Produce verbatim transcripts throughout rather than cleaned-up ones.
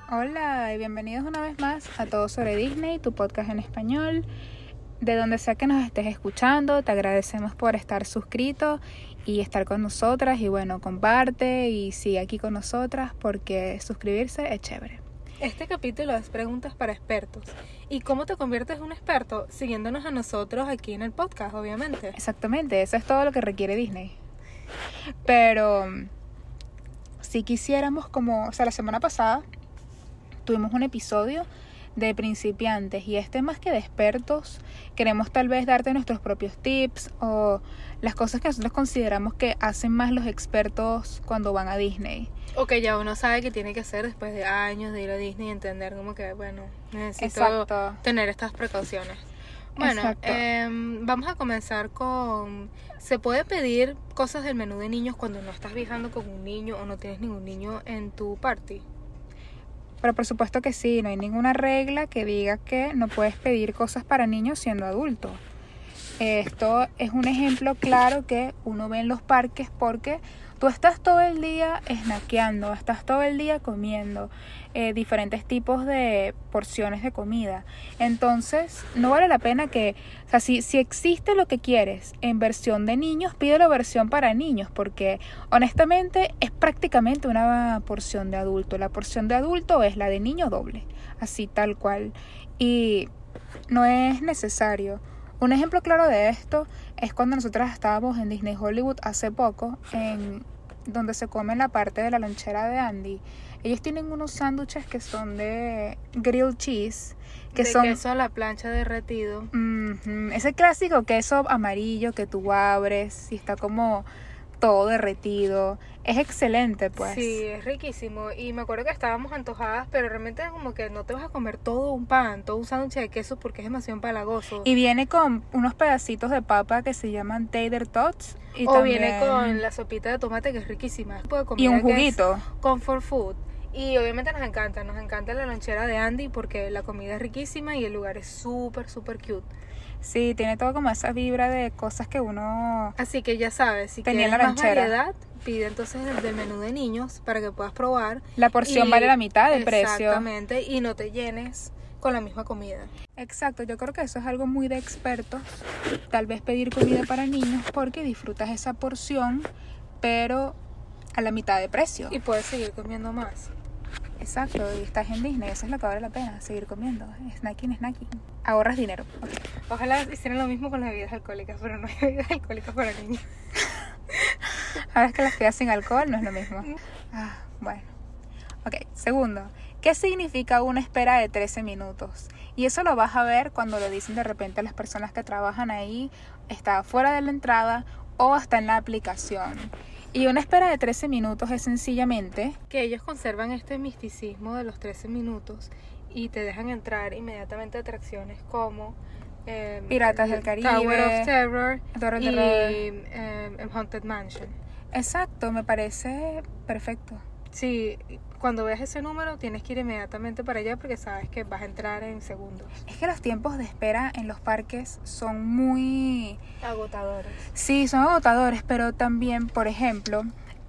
Hola y bienvenidos una vez más a Todo sobre Disney, tu podcast en español. De donde sea que nos estés escuchando, te agradecemos por estar suscrito y estar con nosotras. Y bueno, comparte y sigue aquí con nosotras porque suscribirse es chévere. Este capítulo es preguntas para expertos. ¿Y cómo te conviertes en un experto? Siguiéndonos a nosotros aquí en el podcast, obviamente. Exactamente, eso es todo lo que requiere Disney. Pero si quisiéramos como, o sea, la semana pasada tuvimos un episodio de principiantes y este más que de expertos, queremos tal vez darte nuestros propios tips o las cosas que nosotros consideramos que hacen más los expertos cuando van a Disney. O que ya uno sabe que tiene que hacer después de años de ir a Disney y entender como que, bueno, necesito Exacto. tener estas precauciones. Bueno, eh, vamos a comenzar con... ¿Se puede pedir cosas del menú de niños cuando no estás viajando con un niño o no tienes ningún niño en tu party? Pero por supuesto que sí, no hay ninguna regla que diga que no puedes pedir cosas para niños siendo adulto. Esto es un ejemplo claro que uno ve en los parques porque tú estás todo el día snackeando, estás todo el día comiendo eh, diferentes tipos de porciones de comida. Entonces, no vale la pena que, o sea, si, si existe lo que quieres en versión de niños, pídelo versión para niños, porque honestamente es prácticamente una porción de adulto. La porción de adulto es la de niño doble, así tal cual. Y no es necesario. Un ejemplo claro de esto es cuando nosotras estábamos en Disney Hollywood hace poco, en donde se come la parte de la lonchera de Andy. Ellos tienen unos sándwiches que son de grilled cheese, que de son queso a la plancha derretido. Mm-hmm, ese clásico queso amarillo que tú abres y está como todo derretido. Es excelente, pues. Sí, es riquísimo. Y me acuerdo que estábamos antojadas, pero realmente como que no te vas a comer todo un pan, todo un sándwich de queso porque es demasiado empalagoso. Y viene con unos pedacitos de papa que se llaman tater tots. Y o también viene con la sopita de tomate que es riquísima. Y un juguito. Comfort food. Y obviamente nos encanta, nos encanta la lonchera de Andy porque la comida es riquísima y el lugar es súper, súper cute. Sí, tiene todo como esa vibra de cosas que uno... Así que ya sabes, si tenía quieres la más ranchera. variedad, pide entonces el del menú de niños para que puedas probar. La porción y, vale la mitad del precio. Exactamente, y no te llenes con la misma comida. Exacto, yo creo que eso es algo muy de expertos. Tal vez pedir comida para niños porque disfrutas esa porción, pero a la mitad de precio. Y puedes seguir comiendo más. Exacto, y estás en Disney, eso es lo que vale la pena, seguir comiendo. Snacking, snacking. Ahorras dinero. Okay. Ojalá hicieran lo mismo con las bebidas alcohólicas, pero no hay bebidas alcohólicas para niños. Ahora es que las bebidas sin alcohol no es lo mismo. Ah, bueno. Ok, segundo. ¿Qué significa una espera de trece minutos? Y eso lo vas a ver cuando lo dicen de repente a las personas que trabajan ahí, está fuera de la entrada o está en la aplicación. Y una espera de trece minutos es sencillamente que ellos conservan este misticismo de los trece minutos y te dejan entrar inmediatamente a atracciones como eh, Piratas del Caribe, Tower of Terror Torre y Terror. Eh, Haunted Mansion. Exacto, me parece perfecto. Sí, cuando veas ese número tienes que ir inmediatamente para allá porque sabes que vas a entrar en segundos. Es que los tiempos de espera en los parques son muy... agotadores. Sí, son agotadores, pero también, por ejemplo,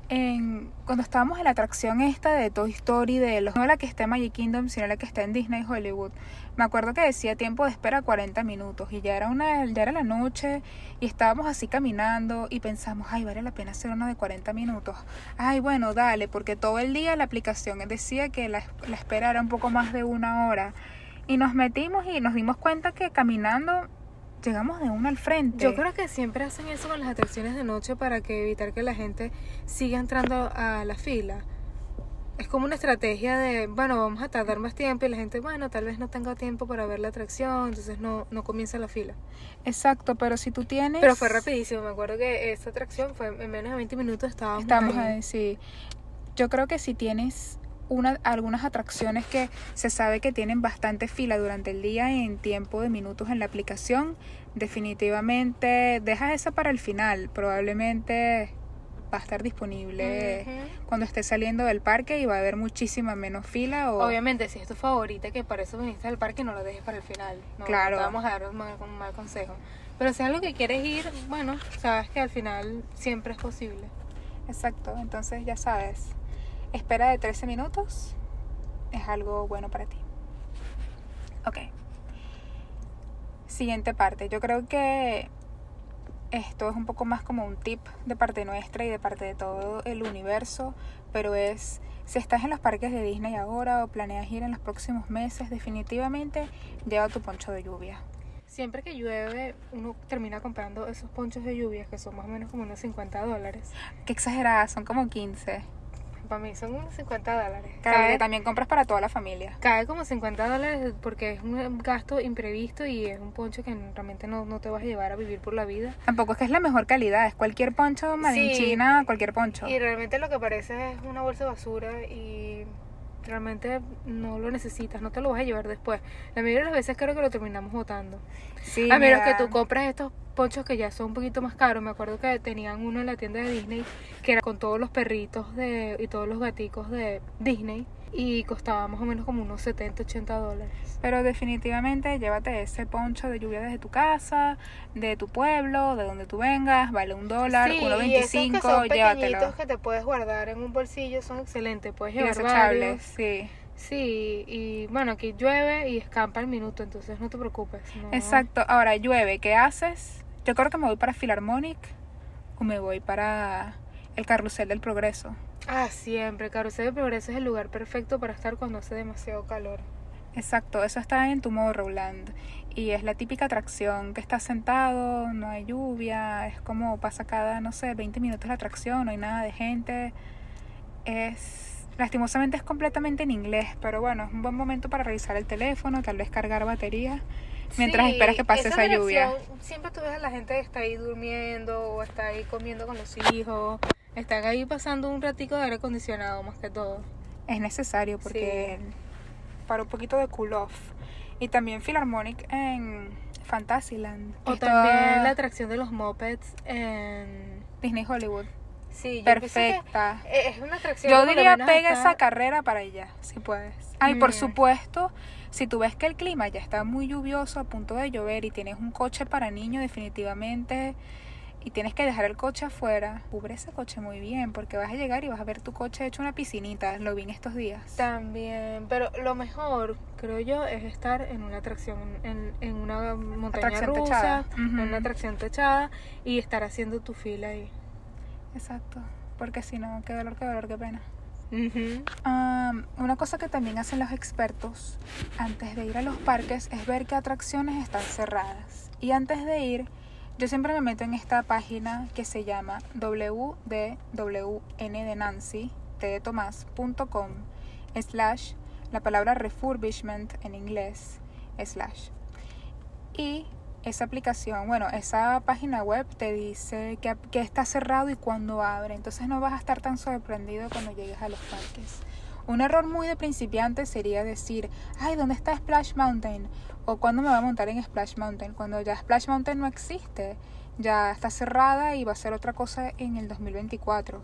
en, cuando estábamos en la atracción esta de Toy Story, de los, no la que está en Magic Kingdom, sino la que está en Disney Hollywood, me acuerdo que decía tiempo de espera cuarenta minutos y ya era una ya era la noche y estábamos así caminando y pensamos, ay, vale la pena hacer una de cuarenta minutos. Ay, bueno, dale, porque todo el día la aplicación decía que la, la espera era un poco más de una hora y nos metimos y nos dimos cuenta que caminando llegamos de una al frente. Yo creo que siempre hacen eso con las atracciones de noche para que evitar que la gente siga entrando a la fila. Es como una estrategia de, bueno, vamos a tardar más tiempo y la gente, bueno, tal vez no tenga tiempo para ver la atracción, entonces no, no comienza la fila. Exacto, pero si tú tienes... Pero fue rapidísimo, me acuerdo que esta atracción fue en menos de veinte minutos estábamos Estamos ahí. ahí, sí. Yo creo que si tienes una, algunas atracciones que se sabe que tienen bastante fila durante el día en tiempo de minutos en la aplicación, definitivamente dejas esa para el final, probablemente va a estar disponible uh-huh. cuando estés saliendo del parque y va a haber muchísima menos fila. O... Obviamente, si es tu favorita, que para eso viniste al parque, no la dejes para el final. No, claro. No te vamos a dar un mal, un mal consejo. Pero si es algo que quieres ir, bueno, sabes que al final siempre es posible. Exacto, entonces ya sabes, espera de trece minutos es algo bueno para ti. Ok. Siguiente parte. Yo creo que esto es un poco más como un tip de parte nuestra y de parte de todo el universo, pero es, si estás en los parques de Disney ahora o planeas ir en los próximos meses, definitivamente lleva tu poncho de lluvia. Siempre que llueve, uno termina comprando esos ponchos de lluvia que son más o menos como unos cincuenta dólares. Qué exagerada, son como quince. Para mí son unos cincuenta dólares. Cabe, que también compras para toda la familia. Cae como cincuenta dólares porque es un gasto imprevisto y es un poncho que realmente no, no te vas a llevar a vivir por la vida. Tampoco es que es la mejor calidad, es cualquier poncho made in Sí. China, cualquier poncho. Y realmente lo que parece es una bolsa de basura y realmente no lo necesitas, no te lo vas a llevar después. La mayoría de las veces creo que lo terminamos botando. Sí, A menos mira, que tú compras estos ponchos que ya son un poquito más caros. Me acuerdo que tenían uno en la tienda de Disney que era con todos los perritos de y todos los gaticos de Disney y costaba más o menos como unos setenta, ochenta dólares. Pero definitivamente llévate ese poncho de lluvia desde tu casa, de tu pueblo, de donde tú vengas, vale un dólar, Sí, uno y esos que veinticinco, son llévatelo. pequeñitos que te puedes guardar en un bolsillo son excelentes, puedes Y llevar desechables, varios. sí. Sí, y bueno, aquí llueve y escampa el minuto, entonces no te preocupes. No. Exacto. Ahora llueve, ¿qué haces? Yo creo que me voy para Philharmonic o me voy para el Carrusel del Progreso. Ah, siempre, Carrusel de Progreso es el lugar perfecto para estar cuando hace demasiado calor. Exacto, eso está en Tomorrowland y es la típica atracción que estás sentado, no hay lluvia, es como pasa cada, no sé, veinte minutos la atracción, no hay nada de gente. Es, lastimosamente es completamente en inglés, pero bueno, es un buen momento para revisar el teléfono, tal vez cargar batería, mientras Sí, esperas que pase esa lluvia. Siempre tú ves a la gente que está ahí durmiendo o está ahí comiendo con los hijos, están ahí pasando un ratico de aire acondicionado más que todo. Es necesario porque para un poquito de cool off. Y también Philharmonic en Fantasyland. O Esto- también la atracción de los mopeds en... Disney Hollywood. Sí, yo Perfecta. pienso que es una atracción. Yo que por lo diría menos pega está- esa carrera para allá, si puedes. Ay, por Mm. supuesto, si tú ves que el clima ya está muy lluvioso, a punto de llover y tienes un coche para niños definitivamente y tienes que dejar el coche afuera, cubre ese coche muy bien porque vas a llegar y vas a ver tu coche hecho una piscinita, lo vi en estos días. También, pero lo mejor, creo yo, es estar en una atracción, en, en una montaña Atracción rusa, techada. en Ujú. una atracción techada y estar haciendo tu fila ahí. Exacto, porque si no, qué dolor, qué dolor, qué pena. Ujú. Um, una cosa que también hacen los expertos antes de ir a los parques es ver qué atracciones están cerradas. Y antes de ir, yo siempre me meto en esta página que se llama w d w n de Nancy, t de Tomás, punto com, slash, la palabra refurbishment en inglés, slash. Y esa aplicación, bueno, esa página web te dice que, que está cerrado y cuándo abre. Entonces no vas a estar tan sorprendido cuando llegues a los parques. Un error muy de principiante sería decir, ay, ¿dónde está Splash Mountain? O ¿cuándo me voy a montar en Splash Mountain? Cuando ya Splash Mountain no existe, ya está cerrada y va a ser otra cosa en el dos mil veinticuatro.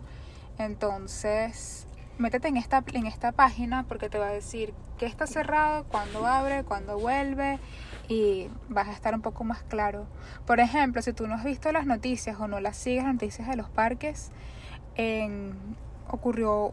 Entonces, métete en esta, en esta página porque te va a decir que está cerrado, cuándo abre, cuándo vuelve y vas a estar un poco más claro. Por ejemplo, si tú no has visto las noticias o no las sigues, las noticias de los parques, en, ocurrió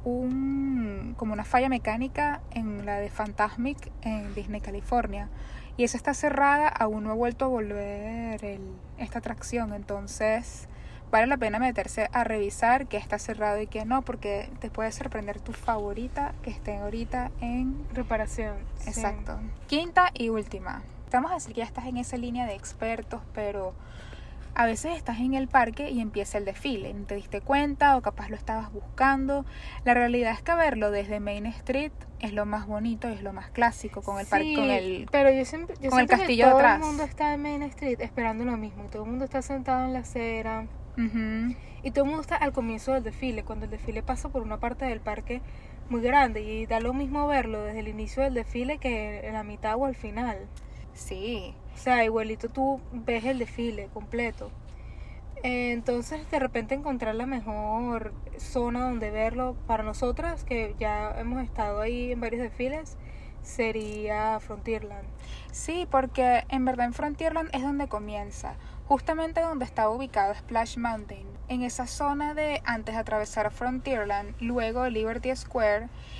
un como una falla mecánica en la de Fantasmic en Disney California y esa está cerrada, aún no ha vuelto a volver el, esta atracción. Entonces vale la pena meterse a revisar qué está cerrado y qué no, porque te puede sorprender tu favorita que esté ahorita en Reparación. sí. exacto. Quinta y última. Vamos a decir que ya estás en esa línea de expertos, pero a veces estás en el parque y empieza el desfile. No te diste cuenta o capaz lo estabas buscando. La realidad es que verlo desde Main Street es lo más bonito, es lo más clásico con el parque, Sí, con el pero yo siempre yo con el siento castillo que todo atrás. el mundo está en Main Street esperando lo mismo. Todo el mundo está sentado en la acera Ujú. y todo el mundo está al comienzo del desfile, cuando el desfile pasa por una parte del parque muy grande y da lo mismo verlo desde el inicio del desfile que en la mitad o al final. Sí. O sea, igualito tú ves el desfile completo. Eh, Entonces, de repente encontrar la mejor zona donde verlo para nosotras, que ya hemos estado ahí en varios desfiles, sería Frontierland. Sí, porque en verdad en Frontierland es donde comienza, justamente donde estaba ubicado Splash Mountain. En esa zona de antes de atravesar Frontierland, luego Liberty Square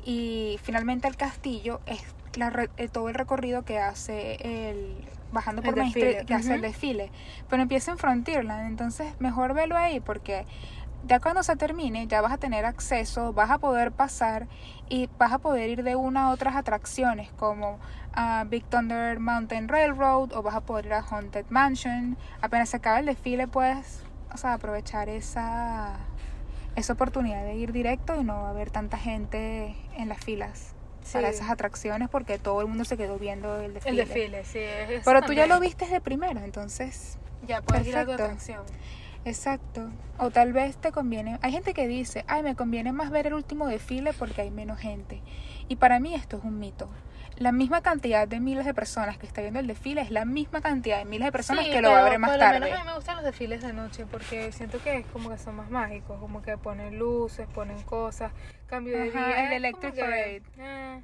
y finalmente el castillo es la re- eh, todo el recorrido que hace el bajando por El Main desfile. Street, que hace el Ujú. desfile, pero empieza en Frontierland, entonces mejor verlo ahí porque ya cuando se termine ya vas a tener acceso, vas a poder pasar y vas a poder ir de una a otras atracciones como a Big Thunder Mountain Railroad o vas a poder ir a Haunted Mansion. Apenas se acaba el desfile puedes, o sea, aprovechar esa esa oportunidad de ir directo y no va a haber tanta gente en las filas para Sí. esas atracciones porque todo el mundo se quedó viendo el desfile. El desfile, sí. es- eso Pero tú ya también. lo viste de primera, entonces Ya puedes ir a tu perfecto. atracción. Exacto. O tal vez te conviene. Hay gente que dice, ay, me conviene más ver el último desfile porque hay menos gente. Y para mí esto es un mito. La misma cantidad de miles de personas que está viendo el desfile es la misma cantidad de miles de personas Sí, que lo va a pero ver más por tarde. lo menos a mí me gustan los desfiles de noche porque siento que es como que son más mágicos, como que ponen luces, ponen cosas, cambio de Ajá, día. el es Electric como que, Parade. eh.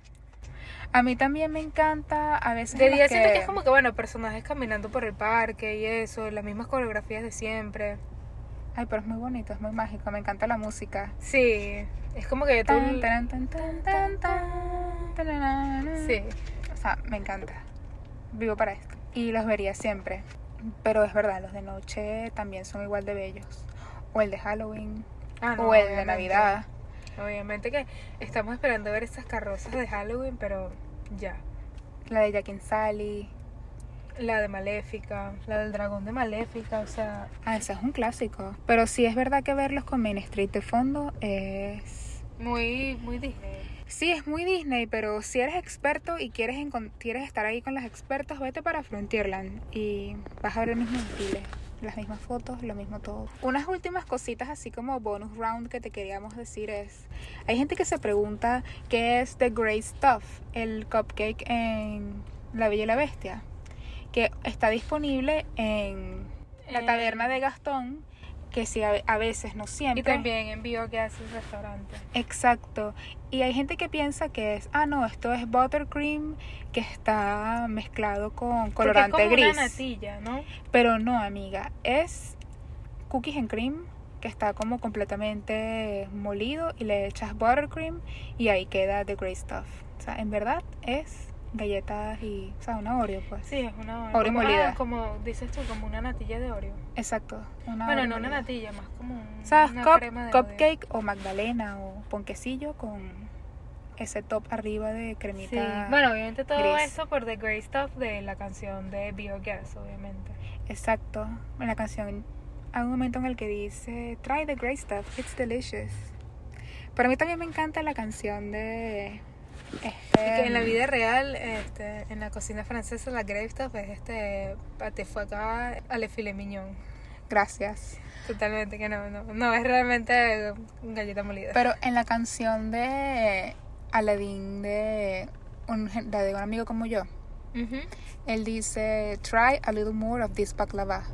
A mí también me encanta a veces De en las día siento que es como que, bueno, personajes caminando por el parque y eso, las mismas coreografías de siempre. Ay, pero es muy bonito, es muy mágico, me encanta la música. Sí, es como que tú... Tan, tan, tan, tan, tan, tan, tanana. Sí. O sea, me encanta. Vivo para esto. Y los vería siempre. Pero es verdad, los de noche también son igual de bellos. O el de Halloween. Ah, no, o el de obviamente. Navidad. Obviamente que estamos esperando ver esas carrozas de Halloween, pero ya. La de Jack and Sally. La de Maléfica, la del dragón de Maléfica, o sea... Ah, ese es un clásico. Pero sí es verdad que verlos con Main Street de fondo es... Muy, muy Disney. Sí, es muy Disney, pero si eres experto y quieres, encon- quieres estar ahí con los expertos, vete para Frontierland y vas a ver el mismo desfile, las mismas fotos, lo mismo todo. Unas últimas cositas así como bonus round que te queríamos decir es, hay gente que se pregunta qué es The Grey Stuff, el cupcake en La Bella y la Bestia, que está disponible en la Eh. taberna de Gastón, que sí, a, a veces, no siempre. Y también envío que hace el restaurante. Exacto. Y hay gente que piensa que es, ah, no, esto es buttercream que está mezclado con colorante Porque es como gris. una natilla, ¿no? Pero no, amiga, es cookies and cream que está como completamente molido y le echas buttercream y ahí queda the great stuff. O sea, en verdad es galletas y, o sea, una Oreo, pues. Sí, es una Oreo como, molida. ah, como dices tú, como una natilla de Oreo. Exacto. Una Bueno, Oreo no una molida. natilla, más como un- O sea, una cup- crema de cupcake o magdalena o ponquecillo con ese top arriba de Sí, cremita. bueno, obviamente todo gris. eso por The Grey Stuff de la canción de Biogas, obviamente. Exacto. En la canción hay un momento en el que dice, try the great stuff, it's delicious. Pero a mí también me encanta la canción de... Y Este, que en la vida real, este, en la cocina francesa, la Grey Stuff es este pâté foie gras à la filet mignon. Gracias. Totalmente, que no, no, no es realmente galleta molida. Pero en la canción de Aladdin de un, la de un amigo como yo, Ujú. él dice, try a little more of this baklava.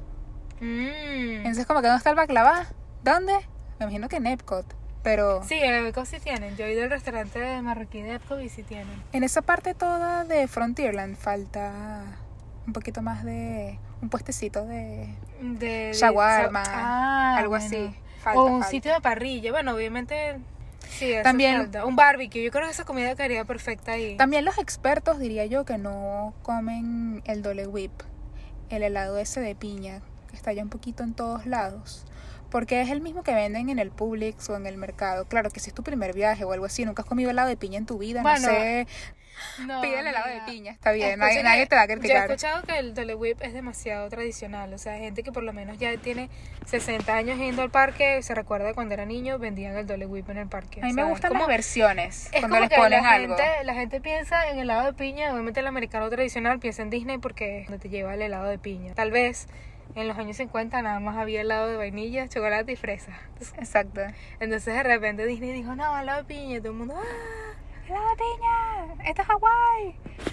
Mm. Entonces como que ¿dónde está el baklava? ¿Dónde? Me imagino que en Epcot. Pero Sí, en Epcot sí tienen. Yo he ido al restaurante marroquí de Epcot y sí tienen. en esa parte toda de Frontierland falta un poquito más de... un puestecito de De, de- shawarma, Ah, algo bueno. así. Falta, O un falta. sitio de parrilla. Bueno, obviamente sí, eso También- falta. Un barbecue. Yo creo que esa comida quedaría perfecta ahí. También los expertos diría yo que no comen el Dole Whip, el helado ese de piña, que está ya un poquito en todos lados. Porque es el mismo que venden en el Publix o en el mercado. Claro que si es tu primer viaje o algo así, nunca has comido helado de piña en tu vida, Bueno, no sé. No, Pide el helado de amiga. piña, está bien, Escucha nadie, que nadie te va a Yo he criticar. escuchado que el Dole Whip es demasiado tradicional. O sea, gente que por lo menos ya tiene sesenta años yendo al parque, se recuerda de cuando era niño, vendían el Dole Whip en el parque. A mí O me sea, es gustan como- las versiones, Es cuando como les que ponen la algo. gente, la gente piensa en helado de piña, obviamente el americano tradicional piensa en Disney porque es donde te lleva el helado de piña. Tal vez en los años cincuenta nada más había helado de vainilla, chocolate y fresa. Entonces, Exacto. entonces de repente Disney dijo, no, helado de piña, y todo el mundo, ¡ah! ¡Helado de piña! ¡Esto es Hawái!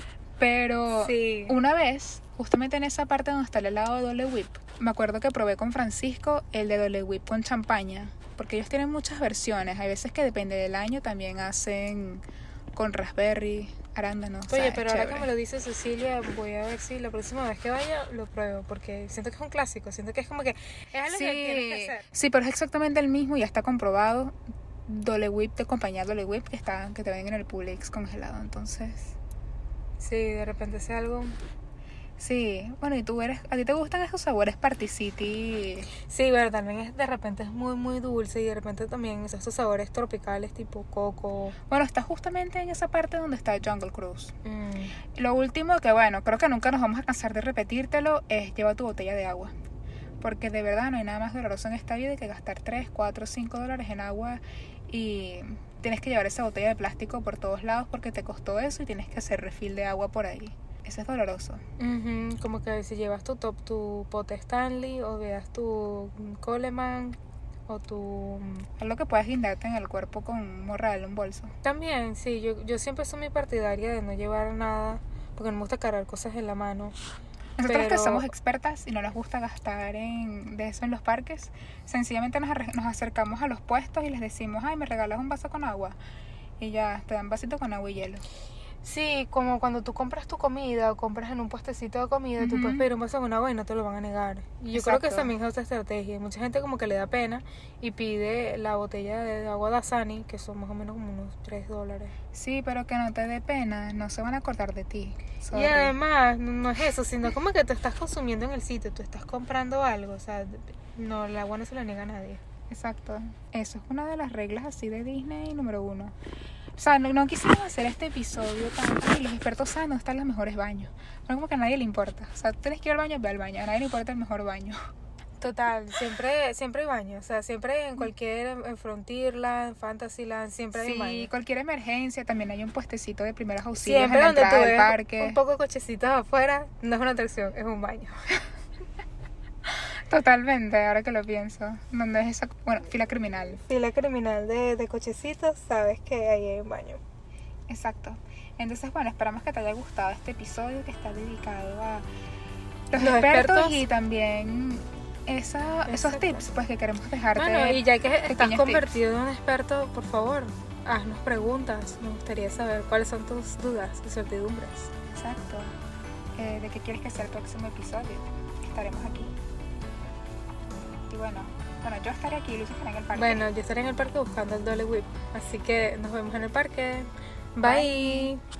Pero Sí. una vez, justamente en esa parte donde está el helado de Dole Whip, me acuerdo que probé con Francisco el de Dole Whip con champaña, porque ellos tienen muchas versiones. Hay veces que depende del año también hacen con raspberry, arándanos. o sea, Oye, es pero ahora que chévere. me lo dice Cecilia, voy a ver si la próxima vez que vaya lo pruebo, porque siento que es un clásico, siento que es como que es algo Sí, que tienes que hacer. sí, pero es exactamente el mismo y ya está comprobado. Dole Whip de compañía Dole Whip que está, que te venden en el Publix congelado. Entonces, Sí, de repente sea algo. sí, bueno, y tú eres, ¿a ti te gustan esos sabores Party City? Sí, pero también es, de repente es muy, muy dulce y de repente también esos sabores tropicales tipo coco. Bueno, está justamente en esa parte donde está Jungle Cruise. Mm. Lo último que, bueno, creo que nunca nos vamos a cansar de repetírtelo es lleva tu botella de agua. Porque de verdad no hay nada más doloroso en esta vida que gastar tres, cuatro, cinco dólares en agua y tienes que llevar esa botella de plástico por todos lados porque te costó eso y tienes que hacer refill de agua por ahí. Eso es doloroso. Ujú, como que si llevas tu top, tu pote Stanley o veas tu Coleman o tu... Algo que puedes guindarte en el cuerpo con un morral, un bolso. También, sí, yo, yo siempre soy muy partidaria de no llevar nada porque no me gusta cargar cosas en la mano. Nosotros que Pero- somos expertas y no nos gusta gastar en, de eso en los parques, sencillamente nos, arre- nos acercamos a los puestos y les decimos, ay, ¿me regalas un vaso con agua? Y ya, te dan vasito con agua y hielo. Sí, como cuando tú compras tu comida o compras en un puestecito de comida, tú Ujú. puedes pedir un vaso con agua y no te lo van a negar. Y yo creo que Exacto. también es otra estrategia. Mucha gente como que le da pena y pide la botella de agua Dasani, que son más o menos como unos tres dólares. Sí, pero que no te dé pena, no se van a acordar de ti. Sorry. Y además, no no es eso, sino como que tú estás consumiendo en el sitio, tú estás comprando algo, o sea, no, el agua no se la niega a nadie. Exacto. Eso es una de las reglas así de Disney número uno. O sea, no, no quisimos hacer este episodio tan... Ay, los expertos saben dónde están los mejores baños. Pero como que a nadie le importa. O sea, tú tienes que ir al baño, ve al baño. A nadie le importa el mejor baño. Total, siempre siempre hay baño, o sea, siempre en cualquier, en Frontierland, Fantasyland, siempre hay un Sí, baño. cualquier emergencia, también hay un puestecito de primeros auxilios Siempre en la donde tú entrada del ves parque. un poco de cochecitos afuera, no es una atracción, es un baño. Totalmente, ahora que lo pienso. Donde es esa, bueno, fila criminal. Fila criminal de, de cochecitos, sabes que ahí hay un baño. Exacto. Entonces, bueno, esperamos que te haya gustado este episodio que está dedicado a los, Los expertos, expertos. y también esa, esos Exacto. tips pues que queremos dejarte. Bueno, y ya que estás pequeños convertido en un experto, por favor, haznos preguntas. Me gustaría saber cuáles son tus dudas y certidumbres. Exacto. Eh, de qué quieres que sea el próximo episodio. Estaremos aquí. Y bueno, bueno, yo estaré aquí, Lucy estará en el parque. Bueno, yo estaré en el parque buscando el Dolly Whip, así que nos vemos en el parque. Bye. Bye.